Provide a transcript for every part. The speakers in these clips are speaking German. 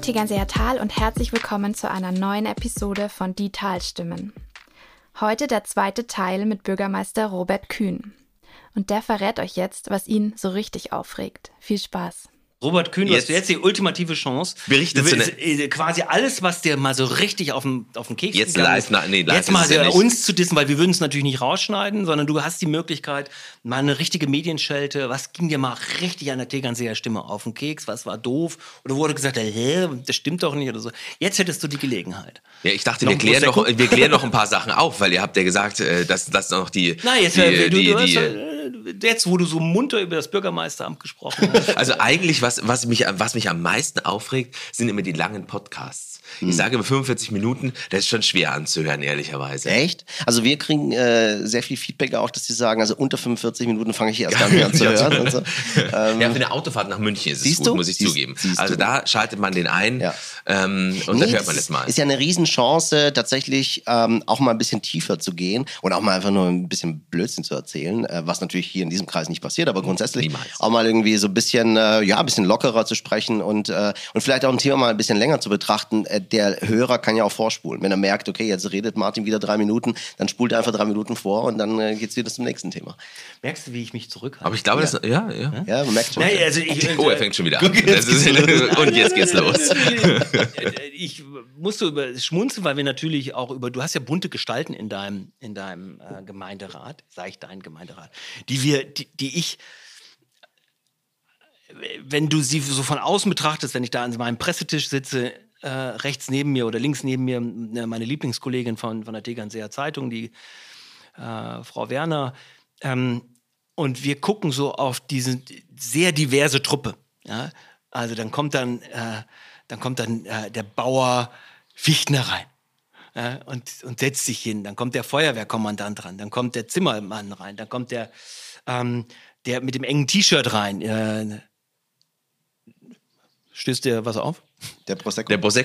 Tegernseer Tal und herzlich willkommen zu einer neuen Episode von Die Talstimmen. Heute der zweite Teil mit Bürgermeister Robert Kühn. Und der verrät euch jetzt, was ihn so richtig aufregt. Viel Spaß. Robert Kühn, du hast jetzt die ultimative Chance. Berichtet quasi alles, was dir mal so richtig auf den Keks jetzt gegangen live, ist. Jetzt mal uns zu dissen, weil wir würden es natürlich nicht rausschneiden, sondern du hast die Möglichkeit, mal eine richtige Medienschelte, was ging dir mal richtig an der Tegernseer Stimme auf den Keks, was war doof? Oder wurde gesagt, das stimmt doch nicht oder so. Jetzt hättest du die Gelegenheit. Ja, ich dachte, wir klären noch ein paar Sachen auf, weil ihr habt ja gesagt, dass noch die... Jetzt, wo du so munter über das Bürgermeisteramt gesprochen hast. Also eigentlich, was mich am meisten aufregt, sind immer die langen Podcasts. Ich sage immer 45 Minuten, das ist schon schwer anzuhören, ehrlicherweise. Echt? Also wir kriegen sehr viel Feedback auch, dass die sagen, also unter 45 Minuten fange ich hier erst gar nicht an zu hören. Und so. Ja, für eine Autofahrt nach München ist es gut, muss ich zugeben. Also da schaltet man den ein und dann hört man das mal. Ist ja eine Riesenchance, tatsächlich auch mal ein bisschen tiefer zu gehen und auch mal einfach nur ein bisschen Blödsinn zu erzählen, was natürlich hier in diesem Kreis nicht passiert, aber grundsätzlich auch mal irgendwie so ein bisschen, ein bisschen lockerer zu sprechen und vielleicht auch ein Thema mal ein bisschen länger zu betrachten. Der Hörer kann ja auch vorspulen. Wenn er merkt, okay, jetzt redet Martin wieder 3 Minuten, dann spult er einfach 3 Minuten vor und dann geht's wieder zum nächsten Thema. Merkst du, wie ich mich zurückhalte? Aber ich glaube, Ja, man merkt schon. Nein, also er fängt schon wieder an. Und jetzt geht's los. Ich musste schmunzeln, weil wir natürlich auch du hast ja bunte Gestalten in deinem Gemeinderat, sage ich deinen Gemeinderat, die ich, wenn du sie so von außen betrachtest, wenn ich da an meinem Pressetisch sitze, rechts neben mir oder links neben mir meine Lieblingskollegin von der Tegernseer Zeitung, die Frau Werner, und wir gucken so auf diese sehr diverse Truppe. Ja? Also dann kommt dann der Bauer Fichtner rein und setzt sich hin. Dann kommt der Feuerwehrkommandant ran, dann kommt der Zimmermann rein, dann kommt der mit dem engen T-Shirt rein. Stößt dir was auf? Der Prosecco.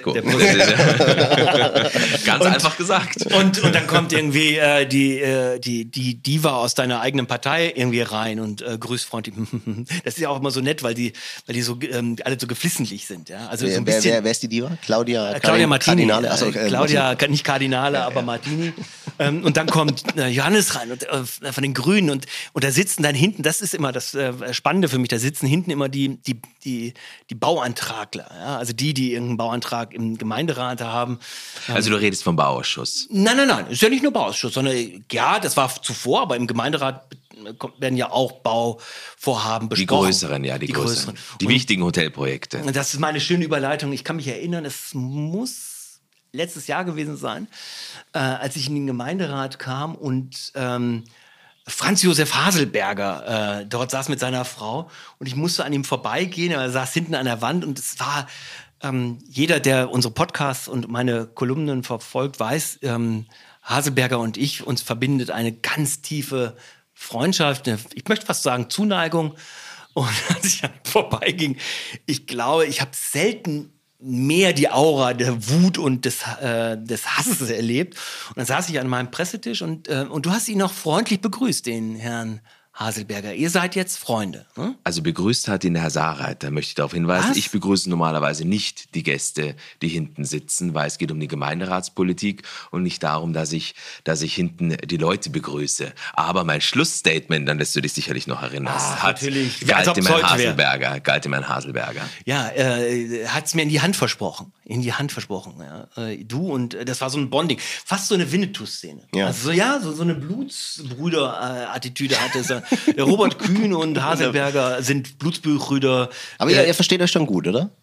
Ganz einfach gesagt. Und dann kommt irgendwie die Diva aus deiner eigenen Partei irgendwie rein und grüßt freundlich. Das ist ja auch immer so nett, weil die so alle so geflissentlich sind. Ja? Also so ein bisschen, wer ist die Diva? Claudia Martini. Cardinale. Achso, Claudia, nicht Cardinale, aber Martini. Und dann kommt Johannes rein von den Grünen und da sitzen dann hinten, das ist immer das Spannende für mich, da sitzen hinten immer die Bauantragler. Ja? Also die irgendeinen Bauantrag im Gemeinderat haben. Also du redest vom Bauausschuss? Nein, ist ja nicht nur Bauausschuss, sondern ja, das war zuvor, aber im Gemeinderat werden ja auch Bauvorhaben besprochen. Die größeren. Die wichtigen Hotelprojekte. Das ist meine schöne Überleitung. Ich kann mich erinnern, es muss letztes Jahr gewesen sein, als ich in den Gemeinderat kam und Franz Josef Haselberger dort saß mit seiner Frau und ich musste an ihm vorbeigehen. Er saß hinten an der Wand und es war jeder, der unsere Podcasts und meine Kolumnen verfolgt, weiß, Haselberger und ich, uns verbindet eine ganz tiefe Freundschaft, ich möchte fast sagen Zuneigung. Und als ich an ihm vorbeiging, ich glaube, ich habe selten mehr die Aura der Wut und des Hasses erlebt. Und dann saß ich an meinem Pressetisch und du hast ihn auch freundlich begrüßt, den Herrn Haselberger. Ihr seid jetzt Freunde. Hm? Also begrüßt hat ihn der Herr Saareit, da möchte ich darauf hinweisen. Was? Ich begrüße normalerweise nicht die Gäste, die hinten sitzen, weil es geht um die Gemeinderatspolitik und nicht darum, dass ich hinten die Leute begrüße. Aber mein Schlussstatement, an das du dich sicherlich noch erinnerst, galt dem Herrn Haselberger. Ja, hat es mir in die Hand versprochen. Ja. Du und das war so ein Bonding. Fast so eine Winnetou-Szene. Ja. Also so eine Blutsbrüder-Attitüde hatte es. Der Robert Kühn und Haselberger sind Blutsbrüder. Aber ihr versteht euch schon gut, oder?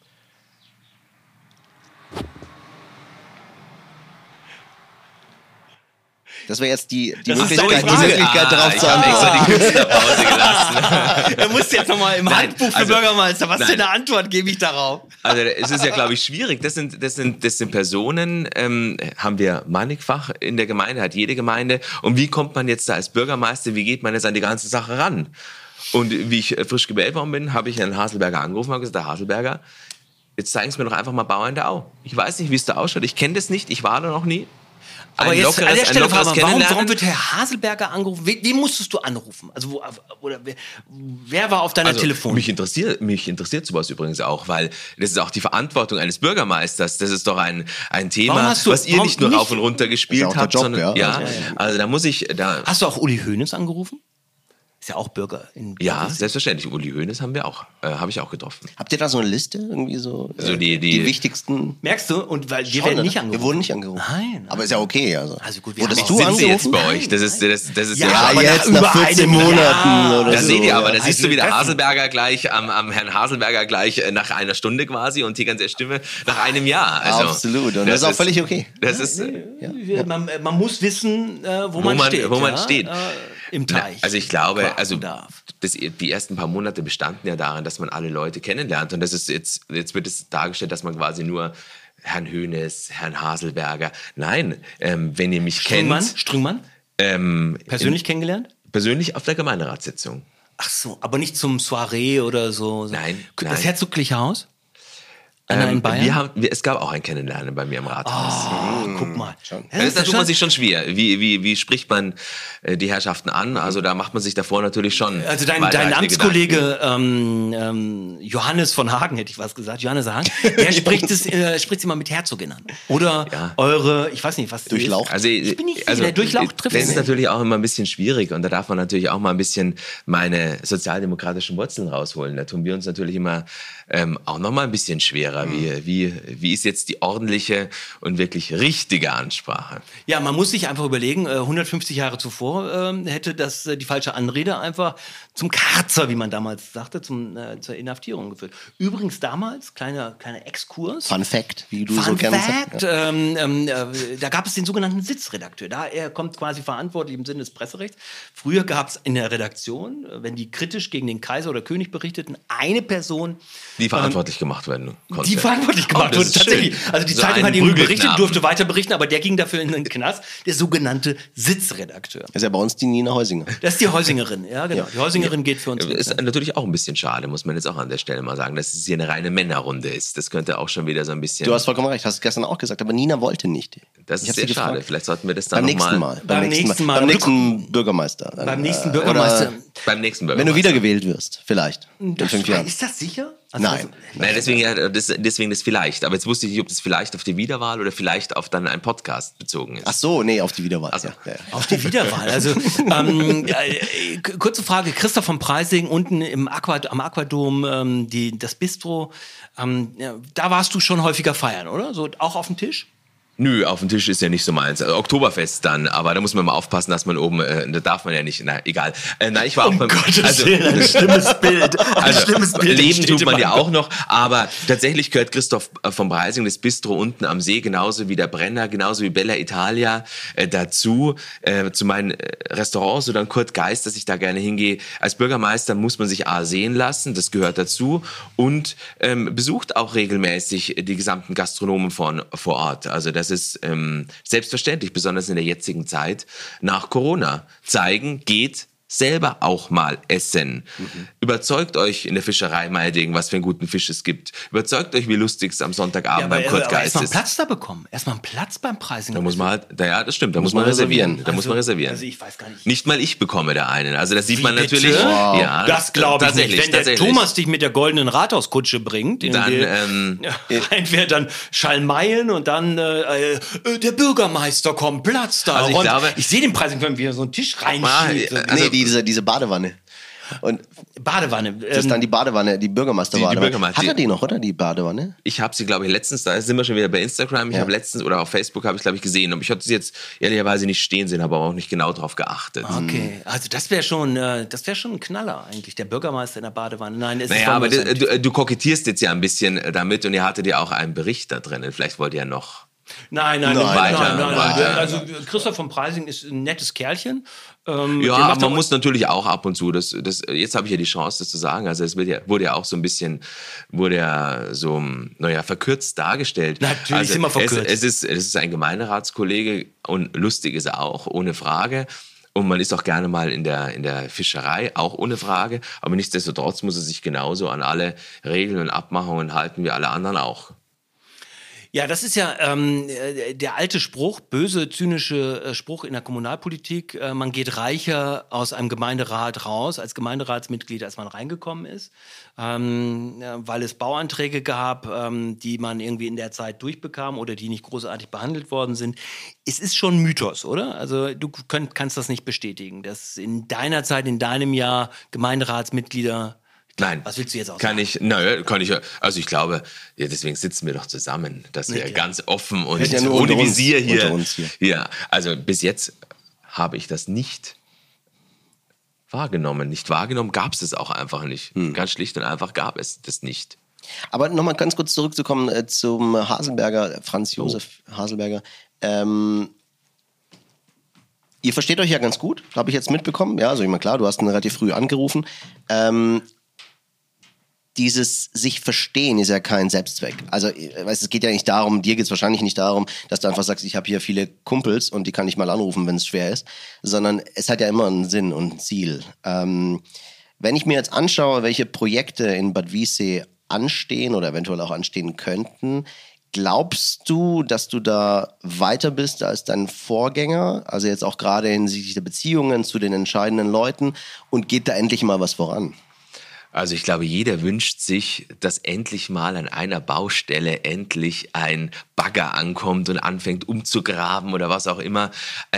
Das wäre jetzt die Möglichkeit, darauf zu antworten. Die Künstlerpause gelassen. Er musste jetzt nochmal im Handbuch für Bürgermeister. Was für eine Antwort gebe ich darauf? Also es ist ja, glaube ich, schwierig. Das sind Personen, haben wir mannigfach in der Gemeinde, hat jede Gemeinde. Und wie kommt man jetzt da als Bürgermeister, wie geht man jetzt an die ganze Sache ran? Und wie ich frisch gewählt worden bin, habe ich Herrn Haselberger angerufen und habe gesagt, Herr Haselberger, jetzt zeigen Sie mir doch einfach mal Bau an der Au. Ich weiß nicht, wie es da ausschaut. Ich kenne das nicht, ich war da noch nie. Aber jetzt an der Stelle warum wird Herr Haselberger angerufen? Wen musstest du anrufen? Also wer war auf deiner Telefon? Mich interessiert sowas übrigens auch, weil das ist auch die Verantwortung eines Bürgermeisters. Das ist doch ein Thema, was ihr nicht nur rauf und runter gespielt habt, sondern also da muss ich... Hast du auch Uli Hoeneß angerufen? Ist ja auch Bürger. Ja, selbstverständlich. Uli Hoeneß habe ich auch getroffen. Habt ihr da so eine Liste? Irgendwie so die wichtigsten... Merkst du? Und weil wir werden nicht angerufen. Wir wurden nicht angerufen. Nein. Aber ist ja okay. Also gut, wurdest du angerufen? Jetzt bei euch. Das ist aber jetzt nach 14 Monaten oder das so. Seht ihr, aber da siehst du wieder Haselberger gleich, am Herrn Haselberger gleich nach einer Stunde quasi und Tigerns Stimme nach einem Jahr. Also, absolut. Und das ist auch völlig okay. Das ist, man muss wissen, wo man steht. Im Teich. Also ich glaube, die ersten paar Monate bestanden ja darin, dass man alle Leute kennenlernt. Und das ist jetzt wird es dargestellt, dass man quasi nur Herrn Hoeneß, Herrn Haselberger. Nein, wenn ihr mich kennt. Strüngmann? Persönlich kennengelernt? Persönlich auf der Gemeinderatssitzung. Ach so, aber nicht zum Soiree oder so. Nein. Das Herzogliche Haus? In Bayern? Es gab auch ein Kennenlernen bei mir im Rathaus. Guck mal. Da tut man sich schon schwer. Wie spricht man die Herrschaften an? Also da macht man sich davor natürlich schon. Also dein Amtskollege Johannes von Hagen, hätte ich was gesagt, Johannes Hagen, der spricht sie mal mit Herzogin an. Oder eure, ich weiß nicht, was Durchlaucht. Also ich bin nicht der Durchlaucht trifft. Das ist natürlich auch immer ein bisschen schwierig und da darf man natürlich auch mal ein bisschen meine sozialdemokratischen Wurzeln rausholen. Da tun wir uns natürlich immer auch noch mal ein bisschen schwerer. Wie ist jetzt die ordentliche und wirklich richtige Ansprache? Ja, man muss sich einfach überlegen, 150 Jahre zuvor hätte das die falsche Anrede einfach zum Karzer, wie man damals sagte, zur Inhaftierung geführt. Übrigens damals, kleiner Exkurs. Fun Fact, wie du so gerne sagst. Da gab es den sogenannten Sitzredakteur. Er kommt quasi verantwortlich im Sinne des Presserechts. Früher gab es in der Redaktion, wenn die kritisch gegen den Kaiser oder König berichteten, eine Person, die verantwortlich gemacht werden konnte. Die verantwortlich gemacht wurde, tatsächlich. Also die Zeitung hat ihn berichtet, durfte weiter berichten, aber der ging dafür in den Knast. Der sogenannte Sitzredakteur. Das ist ja bei uns die Nina Heusinger. Das ist die Heusingerin, ja genau. Die Heusingerin geht für uns. Ist natürlich auch ein bisschen schade, muss man jetzt auch an der Stelle mal sagen, dass es hier eine reine Männerrunde ist. Das könnte auch schon wieder so ein bisschen... Du hast vollkommen recht, hast es gestern auch gesagt, aber Nina wollte nicht. Das ist sehr schade. Vielleicht sollten wir das dann beim nächsten Bürgermeister. Beim nächsten Bürgermeister. Beim nächsten Bürgermeister. Wenn du wiedergewählt wirst, vielleicht. In 5 Jahren. Ist das sicher? Nein, deswegen das vielleicht. Aber jetzt wusste ich nicht, ob das vielleicht auf die Wiederwahl oder vielleicht auf dann einen Podcast bezogen ist. Ach so, nee, auf die Wiederwahl. Also, auf die Wiederwahl. Also, kurze Frage. Christoph von Preysing unten am Aquadom, das Bistro. Da warst du schon häufiger feiern, oder? So auch auf dem Tisch? Nö, auf dem Tisch ist ja nicht so meins. Also Oktoberfest dann, aber da muss man mal aufpassen, dass man oben, da darf man ja nicht, egal. Ich war auch beim... Willen, ein schlimmes Bild. Leben tut man ja auch noch, aber tatsächlich gehört Christoph von Preysing, das Bistro unten am See, genauso wie der Brenner, genauso wie Bella Italia dazu, zu meinen Restaurants oder Kurt Geist, dass ich da gerne hingehe. Als Bürgermeister muss man sich sehen lassen, das gehört dazu und besucht auch regelmäßig die gesamten Gastronomen vor Ort. Also das ist selbstverständlich, besonders in der jetzigen Zeit nach Corona. Zeigen geht selber auch mal essen. Überzeugt euch in der Fischerei meinetwegen, was für einen guten Fisch es gibt. Überzeugt euch, wie lustig es am Sonntagabend beim Kurt Geist ist. Erstmal einen Platz da bekommen. Erstmal einen Platz beim Preising. Da muss man halt, ja, das stimmt, da muss man reservieren. Also ich weiß gar nicht. Nicht mal ich bekomme da einen. Also das sieht man natürlich. Wow. Ja, das glaube ich nicht. Wenn der Thomas dich mit der goldenen Rathauskutsche bringt, dann dann Schalmeien und dann der Bürgermeister kommt, Platz da. Also ich sehe den Preising, wenn wir so einen Tisch reinschieben. Diese Badewanne. Und Badewanne. Das ist dann die Badewanne, die Bürgermeisterbadewanne. Hat er die noch, oder? Die Badewanne? Ich habe sie, glaube ich, letztens, da sind wir schon wieder bei Instagram, ich habe letztens, oder auf Facebook habe ich, glaube ich, gesehen. Aber ich hatte sie jetzt ehrlicherweise nicht stehen sehen, habe aber auch nicht genau drauf geachtet. Okay, also das wäre schon ein Knaller eigentlich, der Bürgermeister in der Badewanne. Nein, es ist aber du kokettierst jetzt ja ein bisschen damit und ihr hattet ja auch einen Bericht da drin. Vielleicht wollt ihr ja noch... Nein. Also Christoph von Preysing ist ein nettes Kerlchen. Aber man muss natürlich auch ab und zu, jetzt habe ich ja die Chance, das zu sagen, also es wurde ja auch so ein bisschen, verkürzt dargestellt. Natürlich, also immer verkürzt. Es ist ein Gemeinderatskollege und lustig ist er auch, ohne Frage. Und man ist auch gerne mal in der Fischerei, auch ohne Frage. Aber nichtsdestotrotz muss er sich genauso an alle Regeln und Abmachungen halten wie alle anderen auch. Ja, das ist ja der alte Spruch, böse, zynische Spruch in der Kommunalpolitik. Man geht reicher aus einem Gemeinderat raus, als Gemeinderatsmitglied, als man reingekommen ist, weil es Bauanträge gab, die man irgendwie in der Zeit durchbekam oder die nicht großartig behandelt worden sind. Es ist schon ein Mythos, oder? Also du kannst das nicht bestätigen, dass in deiner Zeit, in deinem Jahr Gemeinderatsmitglieder... Nein. Was willst du jetzt auch sagen? Kann ich. Also ich glaube, ja, deswegen sitzen wir doch zusammen, dass wir ganz offen und ohne Visier hier. Ja, also bis jetzt habe ich das nicht wahrgenommen. Nicht wahrgenommen gab es auch einfach nicht. Ganz schlicht und einfach gab es das nicht. Aber nochmal ganz kurz zurückzukommen zum Haselberger, Franz Josef Haselberger. Ihr versteht euch ja ganz gut, habe ich jetzt mitbekommen. Ja, also ich meine, klar, du hast ihn relativ früh angerufen. Dieses sich verstehen ist ja kein Selbstzweck. Also es geht ja nicht darum, dir geht es wahrscheinlich nicht darum, dass du einfach sagst, ich habe hier viele Kumpels und die kann ich mal anrufen, wenn es schwer ist, sondern es hat ja immer einen Sinn und ein Ziel. Wenn ich mir jetzt anschaue, welche Projekte in Bad Wiessee anstehen oder eventuell auch anstehen könnten, glaubst du, dass du da weiter bist als dein Vorgänger? Also jetzt auch gerade hinsichtlich der Beziehungen zu den entscheidenden Leuten, und geht da endlich mal was voran? Also ich glaube, jeder wünscht sich, dass endlich mal an einer Baustelle endlich ein Bagger ankommt und anfängt umzugraben oder was auch immer.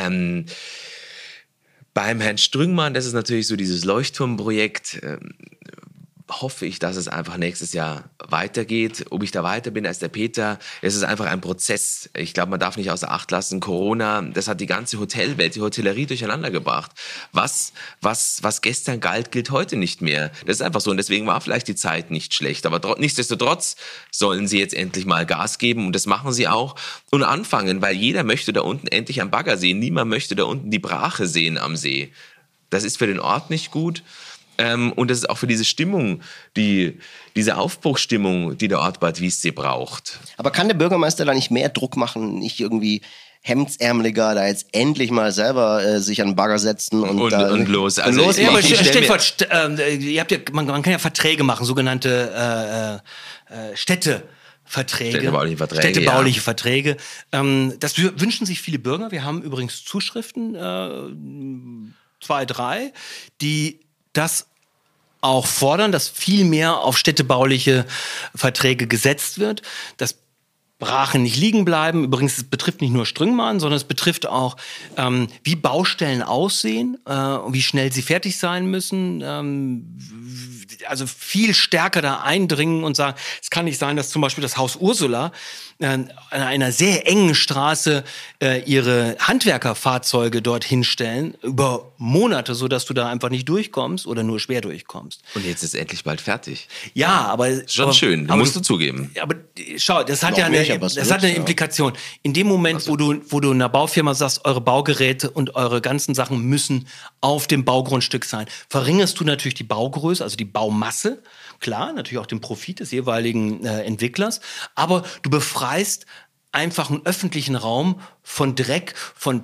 Beim Herrn Strüngmann, das ist natürlich so dieses Leuchtturmprojekt, hoffe ich, dass es einfach nächstes Jahr weitergeht. Ob ich da weiter bin als der Peter, es ist einfach ein Prozess. Ich glaube, man darf nicht außer Acht lassen, Corona, das hat die ganze Hotelwelt, die Hotellerie durcheinander gebracht. Was gestern galt, gilt heute nicht mehr. Das ist einfach so, und deswegen war vielleicht die Zeit nicht schlecht. Aber nichtsdestotrotz sollen sie jetzt endlich mal Gas geben, und das machen sie auch, und anfangen, weil jeder möchte da unten endlich einen Bagger sehen. Niemand möchte da unten die Brache sehen am See. Das ist für den Ort nicht gut. Und das ist auch für diese Stimmung, diese Aufbruchsstimmung, die der Ort Bad Wiessee braucht. Aber kann der Bürgermeister da nicht mehr Druck machen, nicht irgendwie hemdsärmeliger da jetzt endlich mal selber sich an den Bagger setzen und los. Also los. Ja, aber Stichwort, man kann ja Verträge machen, sogenannte Städtebauliche Verträge. Das wünschen sich viele Bürger. Wir haben übrigens Zuschriften, 2, 3, die das auch fordern, dass viel mehr auf städtebauliche Verträge gesetzt wird, dass Brachen nicht liegen bleiben. Übrigens, es betrifft nicht nur Strüngmann, sondern es betrifft auch, wie Baustellen aussehen, wie schnell sie fertig sein müssen. Also viel stärker da eindringen und sagen, es kann nicht sein, dass zum Beispiel das Haus Ursula an einer sehr engen Straße ihre Handwerkerfahrzeuge dort hinstellen, über Monate, sodass du da einfach nicht durchkommst oder nur schwer durchkommst. Und jetzt ist endlich bald fertig. Ja, aber... Schon schön, musst du zugeben. Aber schau, das hat ja eine Implikation. In dem Moment, wo du einer Baufirma sagst, eure Baugeräte und eure ganzen Sachen müssen auf dem Baugrundstück sein, verringerst du natürlich die Baugröße, also die Baumasse. Klar, natürlich auch den Profit des jeweiligen Entwicklers, aber du befreist einfach einen öffentlichen Raum von Dreck, von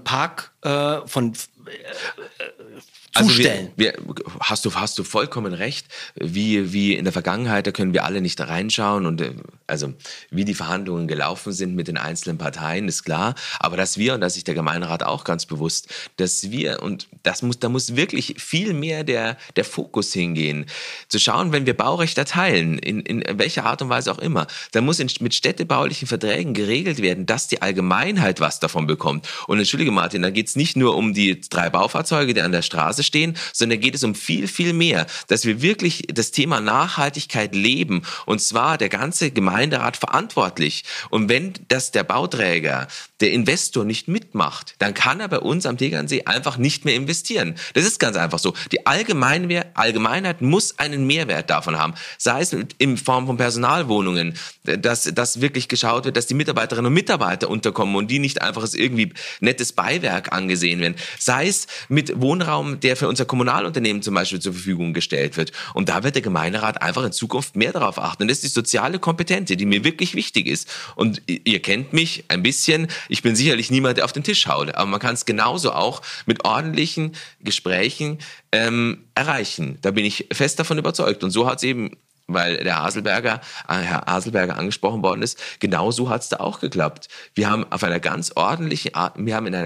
Zustellen. Hast du vollkommen recht. Wie in der Vergangenheit, da können wir alle nicht reinschauen, und also wie die Verhandlungen gelaufen sind mit den einzelnen Parteien, ist klar. Aber dass wir, und da ist sich der Gemeinderat auch ganz bewusst, dass wir, und da muss wirklich viel mehr der Fokus hingehen, zu schauen, wenn wir Baurecht erteilen, in welcher Art und Weise auch immer, dann muss mit städtebaulichen Verträgen geregelt werden, dass die Allgemeinheit was davon bekommt. Und entschuldige Martin, da geht es nicht nur um die 3 Baufahrzeuge, die an der Straße stehen, sondern geht es um viel, viel mehr, dass wir wirklich das Thema Nachhaltigkeit leben, und zwar der ganze Gemeinderat verantwortlich. Und wenn das der Bauträger, der Investor nicht mitmacht, dann kann er bei uns am Tegernsee einfach nicht mehr investieren. Das ist ganz einfach so. Die Allgemeinheit muss einen Mehrwert davon haben, sei es in Form von Personalwohnungen, dass wirklich geschaut wird, dass die Mitarbeiterinnen und Mitarbeiter unterkommen und die nicht einfach als irgendwie nettes Beiwerk angesehen werden, sei es mit Wohnraum, der für unser Kommunalunternehmen zum Beispiel zur Verfügung gestellt wird. Und da wird der Gemeinderat einfach in Zukunft mehr darauf achten. Und das ist die soziale Kompetenz, die mir wirklich wichtig ist. Und ihr kennt mich ein bisschen. Ich bin sicherlich niemand, der auf den Tisch haut. Aber man kann es genauso auch mit ordentlichen Gesprächen erreichen. Da bin ich fest davon überzeugt. Und so hat es eben weil Herr Haselberger angesprochen worden ist. Genauso hat es da auch geklappt. Wir haben in einer ganz ordentlichen Art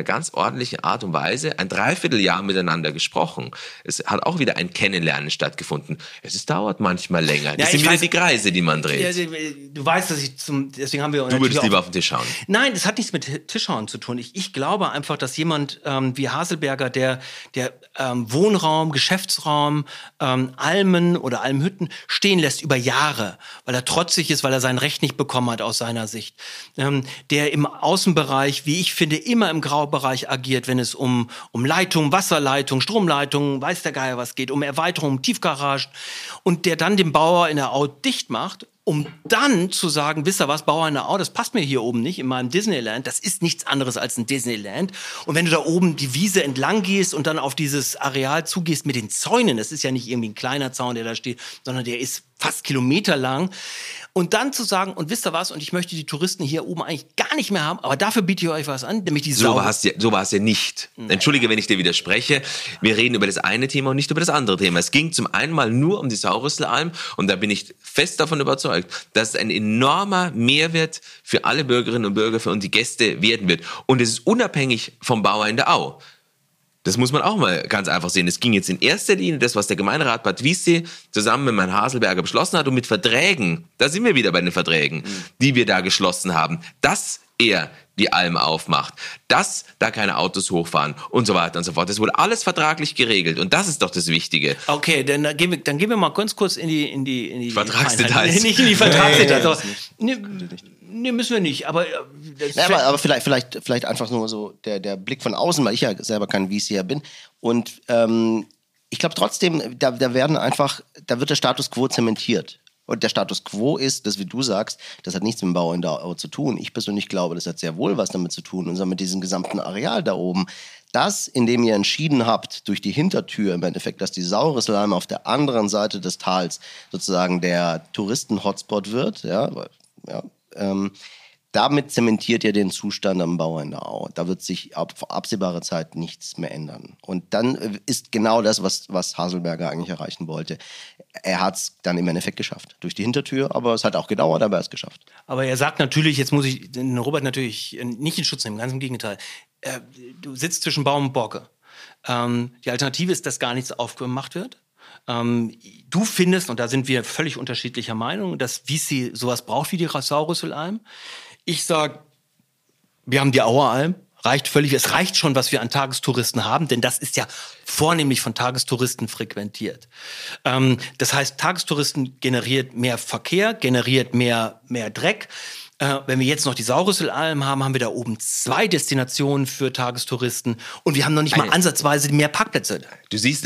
und Weise ein Dreivierteljahr miteinander gesprochen. Es hat auch wieder ein Kennenlernen stattgefunden. Dauert manchmal länger. Das sind wieder die Kreise, die man dreht. Ja, du weißt, dass deswegen haben wir... Du würdest lieber auf den Tisch hauen. Nein, das hat nichts mit Tischhauen zu tun. Ich glaube einfach, dass jemand wie Haselberger, der Wohnraum, Geschäftsraum, Almen oder Almhütten stehen lässt über Jahre, weil er trotzig ist, weil er sein Recht nicht bekommen hat aus seiner Sicht. Der im Außenbereich, wie ich finde, immer im Graubereich agiert, wenn es um Leitungen, Wasserleitungen, Stromleitungen, weiß der Geier was geht, um Erweiterungen, um Tiefgaragen und der dann den Bauer in der Au dicht macht, um dann zu sagen, wisst ihr was, Bauer in der Au, das passt mir hier oben nicht in meinem Disneyland, das ist nichts anderes als ein Disneyland. Und wenn du da oben die Wiese entlang gehst und dann auf dieses Areal zugehst mit den Zäunen, das ist ja nicht irgendwie ein kleiner Zaun, der da steht, sondern der ist fast kilometerlang. Und dann zu sagen, und wisst ihr was, und ich möchte die Touristen hier oben eigentlich gar nicht mehr haben, aber dafür biete ich euch was an, nämlich die Sau. So war es ja nicht. Nein. Entschuldige, wenn ich dir widerspreche. Wir reden über das eine Thema und nicht über das andere Thema. Es ging zum einen mal nur um die Saurüsselalm und da bin ich fest davon überzeugt, dass es ein enormer Mehrwert für alle Bürgerinnen und Bürger, für die Gäste werden wird. Und es ist unabhängig vom Bauer in der Au. Das muss man auch mal ganz einfach sehen. Es ging jetzt in erster Linie das, was der Gemeinderat Bad Wiessee zusammen mit Herrn Haselberger beschlossen hat und mit Verträgen, da sind wir wieder bei den Verträgen, die wir da geschlossen haben, dass er die Alm aufmacht, dass da keine Autos hochfahren und so weiter und so fort. Das wurde alles vertraglich geregelt und das ist doch das Wichtige. Okay, dann gehen wir mal ganz kurz in die Vertragsdetails. Nicht in die Vertragsdetails. Nee, müssen wir nicht. Aber, aber vielleicht einfach nur so der Blick von außen, weil ich ja selber kein VCer bin. Und ich glaube trotzdem, da wird der Status quo zementiert. Und der Status quo ist, das wie du sagst, das hat nichts mit dem Bau in der Au zu tun. Ich persönlich glaube, das hat sehr wohl was damit zu tun, und zwar mit diesem gesamten Areal da oben. Das, indem ihr entschieden habt, durch die Hintertür im Endeffekt, dass die Saurüsselalm auf der anderen Seite des Tals sozusagen der Touristen-Hotspot wird, damit zementiert ihr den Zustand am Bau in der Au. Da wird sich auf absehbare Zeit nichts mehr ändern. Und dann ist genau das, was Haselberger eigentlich erreichen wollte. Er hat es dann im Endeffekt geschafft. Durch die Hintertür, aber es hat auch gedauert, aber er hat es geschafft. Aber er sagt natürlich, jetzt muss ich den Robert natürlich nicht in Schutz nehmen, ganz im Gegenteil. Du sitzt zwischen Baum und Borke. Die Alternative ist, dass gar nichts aufgemacht wird. Du findest, und da sind wir völlig unterschiedlicher Meinung, dass Wiessee sowas braucht wie die Saurüsselalm. Ich sage, wir haben die Aueralm, reicht völlig. Es reicht schon, was wir an Tagestouristen haben, denn das ist ja vornehmlich von Tagestouristen frequentiert. Das heißt, Tagestouristen generiert mehr Verkehr, generiert mehr Dreck. Wenn wir jetzt noch die Saurüsselalm haben, haben wir da oben 2 Destinationen für Tagestouristen und wir haben noch nicht mal ansatzweise mehr Parkplätze. Du siehst,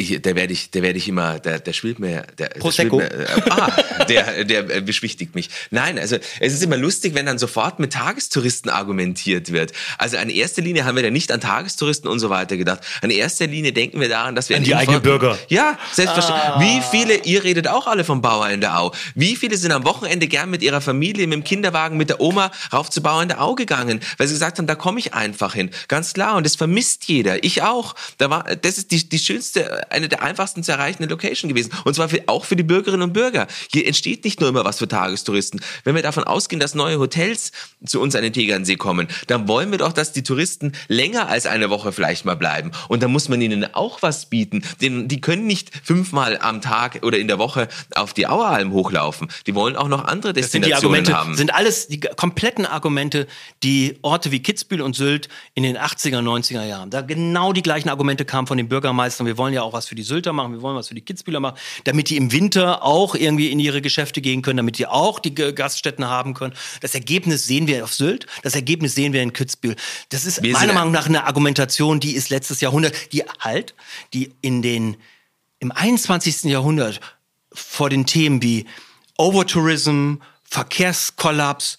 der spielt mir... Prosecco. Der beschwichtigt mich. Nein, also es ist immer lustig, wenn dann sofort mit Tagestouristen argumentiert wird. Also in erster Linie haben wir da nicht an Tagestouristen und so weiter gedacht. In erster Linie denken wir daran, dass wir... An die eigenen Bürger. Ja, selbstverständlich. Wie viele, ihr redet auch alle vom Bauer in der Au, wie viele sind am Wochenende gern mit ihrer Familie, mit dem Kinderwagen, mit der Oma rauf zu Bauer in der Au gegangen, weil sie gesagt haben, da komme ich einfach hin. Ganz klar, und das vermisst jeder. Ich auch. Das ist die schönste, eine der einfachsten zu erreichenden Location gewesen. Und zwar auch für die Bürgerinnen und Bürger. Hier entsteht nicht nur immer was für Tagestouristen. Wenn wir davon ausgehen, dass neue Hotels zu uns an den Tegernsee kommen, dann wollen wir doch, dass die Touristen länger als eine Woche vielleicht mal bleiben. Und dann muss man ihnen auch was bieten. Die können nicht 5-mal am Tag oder in der Woche auf die Aueralm hochlaufen. Die wollen auch noch andere Destinationen haben. Sind alles die kompletten Argumente, die Orte wie Kitzbühel und Sylt in den 80er, 90er Jahren, da genau die gleichen Argumente kamen von den Bürgermeistern. Wir wollen ja auch was für die Sylter machen, wir wollen was für die Kitzbühler machen, damit die im Winter auch irgendwie in ihre Geschäfte gehen können, damit die auch die Gaststätten haben können. Das Ergebnis sehen wir auf Sylt, das Ergebnis sehen wir in Kitzbühel. Das ist meiner Meinung nach eine Argumentation, die ist letztes Jahrhundert, die im 21. Jahrhundert vor den Themen wie Overtourism, Verkehrskollaps,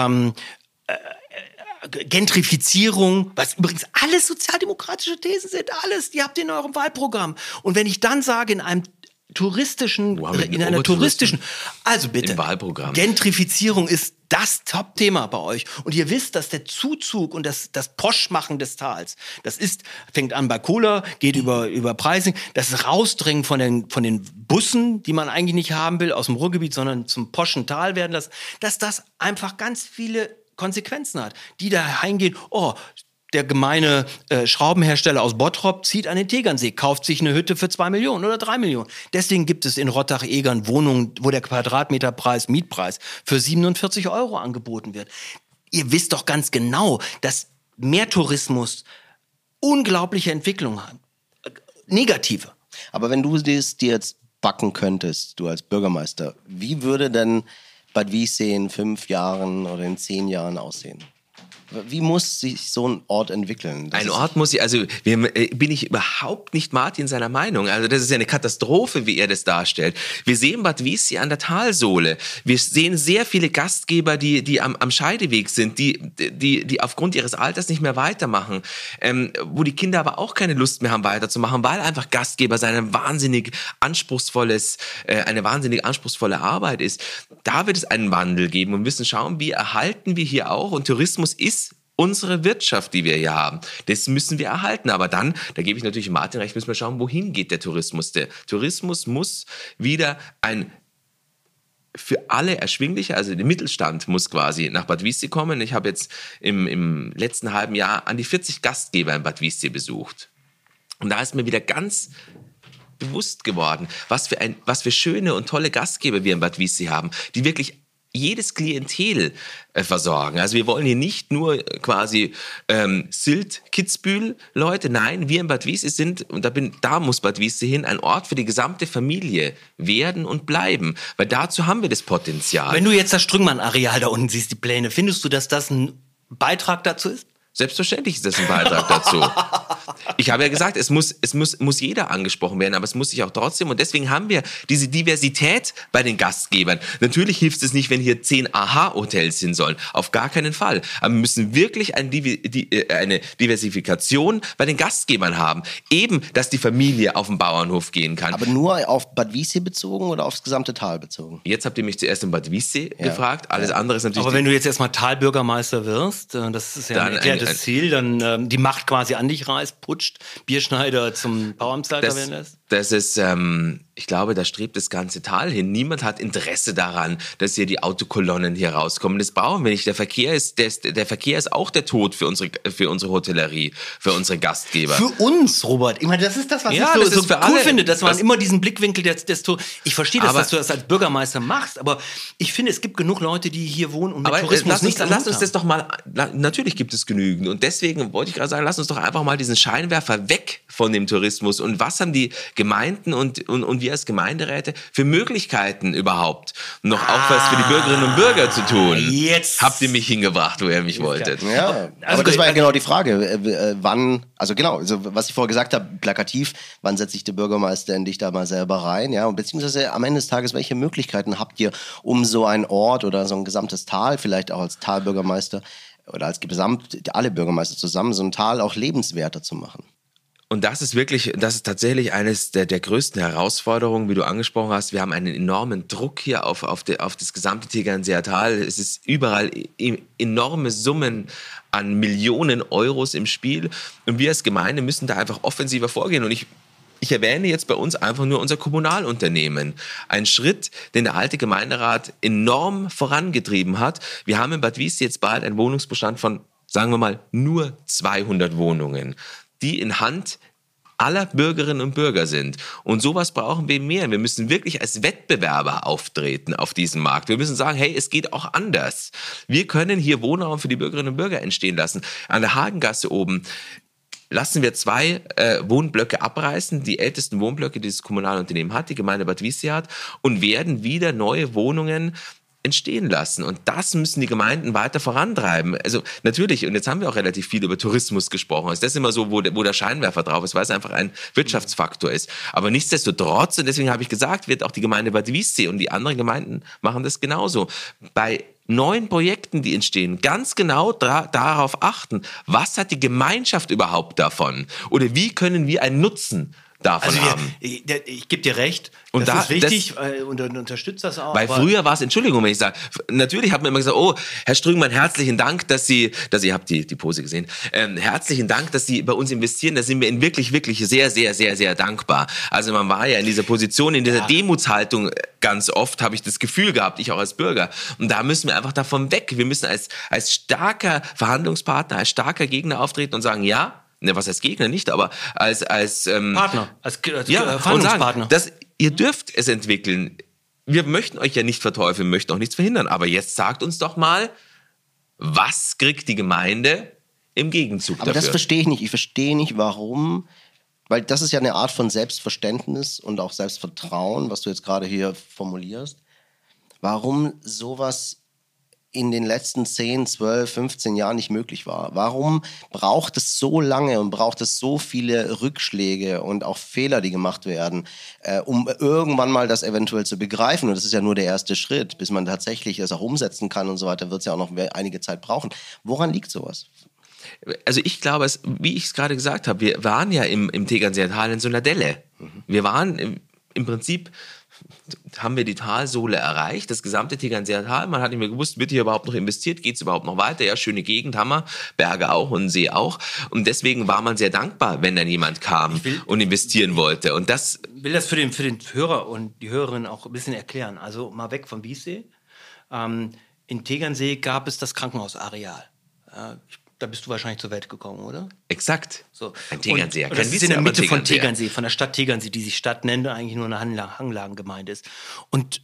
Gentrifizierung, was übrigens alles sozialdemokratische Thesen sind, alles, die habt ihr in eurem Wahlprogramm. Und wenn ich dann sage, in einer touristischen, also bitte, im Wahlprogramm. Gentrifizierung ist das Top-Thema bei euch. Und ihr wisst, dass der Zuzug und das Poschmachen des Tals, fängt an bei Cola, geht über Pricing, das Rausdrängen von den Bussen, die man eigentlich nicht haben will, aus dem Ruhrgebiet, sondern zum poschen Tal werden lassen, dass das einfach ganz viele Konsequenzen hat, die da heimgehen, der gemeine Schraubenhersteller aus Bottrop zieht an den Tegernsee, kauft sich eine Hütte für 2 Millionen oder 3 Millionen. Deswegen gibt es in Rottach-Egern Wohnungen, wo der Mietpreis für 47 € angeboten wird. Ihr wisst doch ganz genau, dass mehr Tourismus unglaubliche Entwicklungen hat. Negative. Aber wenn du das dir jetzt backen könntest, du als Bürgermeister, wie würde denn Bad Wiessee in 5 Jahren oder in 10 Jahren aussehen? Wie muss sich so ein Ort entwickeln? Ein Ort muss sich, bin ich überhaupt nicht Martin seiner Meinung. Also das ist ja eine Katastrophe, wie er das darstellt. Wir sehen Bad Wiessee an der Talsohle. Wir sehen sehr viele Gastgeber, die am Scheideweg sind, die aufgrund ihres Alters nicht mehr weitermachen, wo die Kinder aber auch keine Lust mehr haben, weiterzumachen, weil einfach Gastgeber eine wahnsinnig anspruchsvolle Arbeit ist. Da wird es einen Wandel geben und müssen schauen, wie erhalten wir hier auch, und Tourismus ist unsere Wirtschaft, die wir hier haben. Das müssen wir erhalten. Aber dann, da gebe ich natürlich Martin recht, müssen wir schauen, wohin geht der Tourismus. Der Tourismus muss wieder ein für alle erschwinglicher, also der Mittelstand muss quasi nach Bad Wiessee kommen. Ich habe jetzt im letzten halben Jahr an die 40 Gastgeber in Bad Wiessee besucht. Und da ist mir wieder ganz bewusst geworden, was für schöne und tolle Gastgeber wir in Bad Wiessee haben, die wirklich jedes Klientel versorgen. Also wir wollen hier nicht nur quasi Sylt, Kitzbühel Leute, nein, wir in Bad Wiessee sind, und da muss Bad Wiessee hin, ein Ort für die gesamte Familie werden und bleiben, weil dazu haben wir das Potenzial. Wenn du jetzt das Strüngmann-Areal da unten siehst, die Pläne, findest du, dass das ein Beitrag dazu ist? Selbstverständlich ist das ein Beitrag dazu. Ich habe ja gesagt, es muss jeder angesprochen werden, aber es muss sich auch trotzdem, und deswegen haben wir diese Diversität bei den Gastgebern. Natürlich hilft es nicht, wenn hier 10 AHA-Hotels hin sollen, auf gar keinen Fall. Aber wir müssen wirklich eine Diversifikation bei den Gastgebern haben. Eben, dass die Familie auf den Bauernhof gehen kann. Aber nur auf Bad Wiessee bezogen oder aufs gesamte Tal bezogen? Jetzt habt ihr mich zuerst in Bad Wiessee gefragt, alles andere ist natürlich... Aber wenn du jetzt erstmal Talbürgermeister wirst, das ist ja ein erklärtes Ziel, dann die Macht quasi an dich reißt, putscht, Bierschneider zum Bauamtsleiter werden lässt? Das ist, ich glaube, da strebt das ganze Tal hin. Niemand hat Interesse daran, dass hier die Autokolonnen hier rauskommen. Das brauchen wir nicht. Der Verkehr ist auch der Tod für unsere Hotellerie, für unsere Gastgeber. Für uns, Robert. Ich meine, das ist das, was ich so cool finde, dass man immer diesen Blickwinkel des Todes. Ich verstehe das, dass du das als Bürgermeister machst, aber ich finde, es gibt genug Leute, die hier wohnen und mit Tourismus nicht lass uns das doch mal, natürlich gibt es genügend. Und deswegen wollte ich gerade sagen, lass uns doch einfach mal diesen Scheinwerfer weg von dem Tourismus. Und was haben die Gemeinden und wir als Gemeinderäte für Möglichkeiten überhaupt noch auch was für die Bürgerinnen und Bürger zu tun? Jetzt habt ihr mich hingebracht, wo ihr mich wolltet. Ja, aber das war ja genau die Frage. Wann, also was ich vorher gesagt habe, plakativ, wann setzt sich der Bürgermeister in dich da mal selber rein? Ja, und beziehungsweise am Ende des Tages, welche Möglichkeiten habt ihr, um so einen Ort oder so ein gesamtes Tal, vielleicht auch als Talbürgermeister oder als alle Bürgermeister zusammen, so ein Tal auch lebenswerter zu machen? Und das ist tatsächlich eines der größten Herausforderungen, wie du angesprochen hast. Wir haben einen enormen Druck hier auf das gesamte Tegernseer Tal. Es ist überall enorme Summen an Millionen Euros im Spiel. Und wir als Gemeinde müssen da einfach offensiver vorgehen. Und ich erwähne jetzt bei uns einfach nur unser Kommunalunternehmen. Ein Schritt, den der alte Gemeinderat enorm vorangetrieben hat. Wir haben in Bad Wiessee jetzt bald einen Wohnungsbestand von, sagen wir mal, nur 200 Wohnungen, die in Hand aller Bürgerinnen und Bürger sind. Und sowas brauchen wir mehr. Wir müssen wirklich als Wettbewerber auftreten auf diesem Markt. Wir müssen sagen, hey, es geht auch anders. Wir können hier Wohnraum für die Bürgerinnen und Bürger entstehen lassen. An der Hagengasse oben lassen wir 2 Wohnblöcke abreißen, die ältesten Wohnblöcke, die das Kommunalunternehmen hat, die Gemeinde Bad Wiessee hat, und werden wieder neue Wohnungen entstehen lassen. Und das müssen die Gemeinden weiter vorantreiben. Also natürlich, und jetzt haben wir auch relativ viel über Tourismus gesprochen. Das ist immer so, wo der Scheinwerfer drauf ist, weil es einfach ein Wirtschaftsfaktor ist. Aber nichtsdestotrotz, und deswegen habe ich gesagt, wird auch die Gemeinde Bad Wiessee und die anderen Gemeinden machen das genauso. Bei neuen Projekten, die entstehen, ganz genau darauf achten, was hat die Gemeinschaft überhaupt davon? Oder wie können wir einen Nutzen davon haben. Ich gebe dir recht, und das ist wichtig und unterstützt das auch. Weil früher war es, Entschuldigung, wenn ich sage, natürlich hat man immer gesagt, oh, Herr Strüngmann, herzlichen Dank, dass ihr habt die Pose gesehen, herzlichen Dank, dass Sie bei uns investieren, da sind wir Ihnen wirklich, wirklich sehr, sehr, sehr, sehr dankbar. Also man war ja in dieser Position, in dieser Demutshaltung ganz oft, habe ich das Gefühl gehabt, ich auch als Bürger. Und da müssen wir einfach davon weg. Wir müssen als starker Verhandlungspartner, als starker Gegner auftreten und sagen, ja, was heißt Gegner nicht, aber als Partner, als Verhandlungspartner. Und sagen, ihr dürft es entwickeln. Wir möchten euch ja nicht verteufeln, möchten auch nichts verhindern. Aber jetzt sagt uns doch mal, was kriegt die Gemeinde im Gegenzug dafür? Aber das verstehe ich nicht. Ich verstehe nicht, warum. Weil das ist ja eine Art von Selbstverständnis und auch Selbstvertrauen, was du jetzt gerade hier formulierst. Warum sowas in den letzten 10, 12, 15 Jahren nicht möglich war. Warum braucht es so lange und braucht es so viele Rückschläge und auch Fehler, die gemacht werden, um irgendwann mal das eventuell zu begreifen? Und das ist ja nur der erste Schritt, bis man tatsächlich es auch umsetzen kann und so weiter, wird es ja auch noch einige Zeit brauchen. Woran liegt sowas? Also ich glaube, wie ich es gerade gesagt habe, wir waren ja im Tegernseer Tal in so einer Delle. Wir waren im Prinzip, haben wir die Talsohle erreicht, das gesamte Tegernseer Tal. Man hat nicht mehr gewusst, wird hier überhaupt noch investiert, geht es überhaupt noch weiter? Ja, schöne Gegend haben wir, Berge auch und See auch. Und deswegen war man sehr dankbar, wenn dann jemand kam und investieren wollte. Und das will das für den Hörer und die Hörerin auch ein bisschen erklären. Also mal weg vom Wiessee. In Tegernsee gab es das Krankenhausareal. Da bist du wahrscheinlich zur Welt gekommen, oder? Exakt. So. Ein Tegernseer. Und das ist in der Mitte von Tegernsee, von der Stadt Tegernsee, die sich Stadt nennt und eigentlich nur eine Hanglagengemeinde ist. Und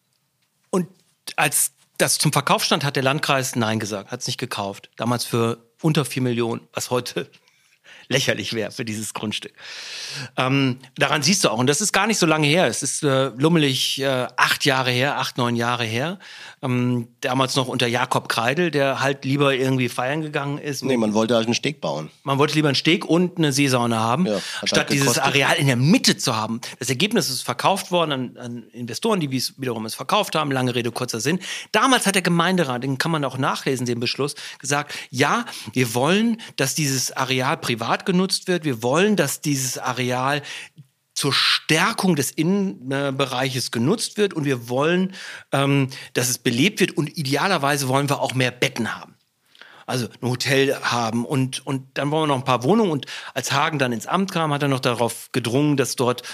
als das zum Verkauf stand, hat der Landkreis Nein gesagt, hat es nicht gekauft. Damals für unter 4 Millionen, was heute lächerlich wäre für dieses Grundstück. Daran siehst du auch, und das ist gar nicht so lange her, es ist lummelig 8, 9 Jahre her, damals noch unter Jakob Kreidl, der halt lieber irgendwie feiern gegangen ist. Nee, man wollte halt einen Steg bauen. Man wollte lieber einen Steg und eine Seesauna haben, statt halt dieses Areal in der Mitte zu haben. Das Ergebnis ist verkauft worden an Investoren, die wiederum es verkauft haben, lange Rede, kurzer Sinn. Damals hat der Gemeinderat, den kann man auch nachlesen, den Beschluss, gesagt, ja, wir wollen, dass dieses Areal privat genutzt wird, wir wollen, dass dieses Areal zur Stärkung des Innenbereiches genutzt wird und wir wollen, dass es belebt wird und idealerweise wollen wir auch mehr Betten haben. Also ein Hotel haben und dann wollen wir noch ein paar Wohnungen und als Hagen dann ins Amt kam, hat er noch darauf gedrungen, dass dort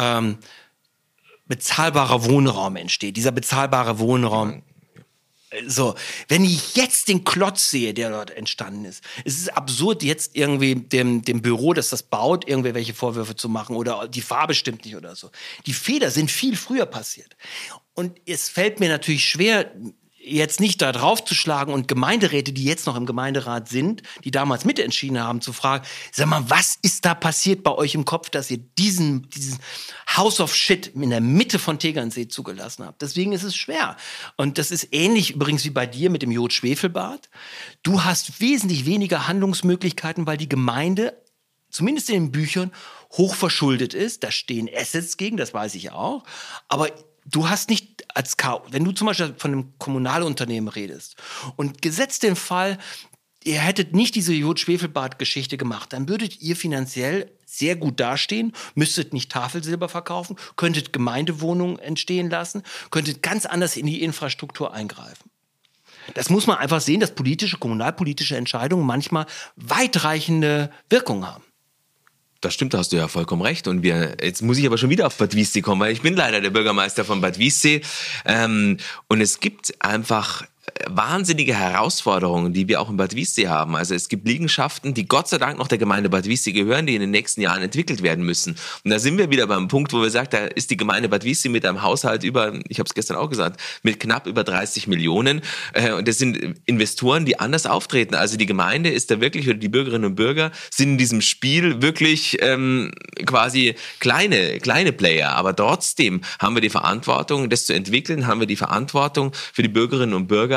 bezahlbarer Wohnraum entsteht. Dieser bezahlbare Wohnraum. So, wenn ich jetzt den Klotz sehe, der dort entstanden ist, es ist absurd, jetzt irgendwie dem Büro, das das baut, irgendwelche Vorwürfe zu machen oder die Farbe stimmt nicht oder so. Die Fehler sind viel früher passiert. Und es fällt mir natürlich schwer, jetzt nicht da drauf zu schlagen und Gemeinderäte, die jetzt noch im Gemeinderat sind, die damals mitentschieden haben, zu fragen, sag mal, was ist da passiert bei euch im Kopf, dass ihr diesen House of Shit in der Mitte von Tegernsee zugelassen habt? Deswegen ist es schwer. Und das ist ähnlich übrigens wie bei dir mit dem Jod-Schwefelbad. Du hast wesentlich weniger Handlungsmöglichkeiten, weil die Gemeinde, zumindest in den Büchern, hoch verschuldet ist. Da stehen Assets gegen, das weiß ich auch. Aber du hast nicht wenn du zum Beispiel von einem Kommunalunternehmen redest und gesetzt den Fall, ihr hättet nicht diese Jod-Schwefelbad-Geschichte gemacht, dann würdet ihr finanziell sehr gut dastehen, müsstet nicht Tafelsilber verkaufen, könntet Gemeindewohnungen entstehen lassen, könntet ganz anders in die Infrastruktur eingreifen. Das muss man einfach sehen, dass kommunalpolitische Entscheidungen manchmal weitreichende Wirkungen haben. Das stimmt, da hast du ja vollkommen recht. Und jetzt muss ich aber schon wieder auf Bad Wiessee kommen, weil ich bin leider der Bürgermeister von Bad Wiessee. Und es gibt einfach wahnsinnige Herausforderungen, die wir auch in Bad Wiessee haben. Also es gibt Liegenschaften, die Gott sei Dank noch der Gemeinde Bad Wiessee gehören, die in den nächsten Jahren entwickelt werden müssen. Und da sind wir wieder beim Punkt, wo wir sagen, da ist die Gemeinde Bad Wiessee mit einem Haushalt ich habe es gestern auch gesagt, mit knapp über 30 Millionen. Und das sind Investoren, die anders auftreten. Also die Gemeinde ist da wirklich, oder die Bürgerinnen und Bürger sind in diesem Spiel wirklich quasi kleine Player. Aber trotzdem haben wir die Verantwortung, das zu entwickeln, haben wir die Verantwortung für die Bürgerinnen und Bürger,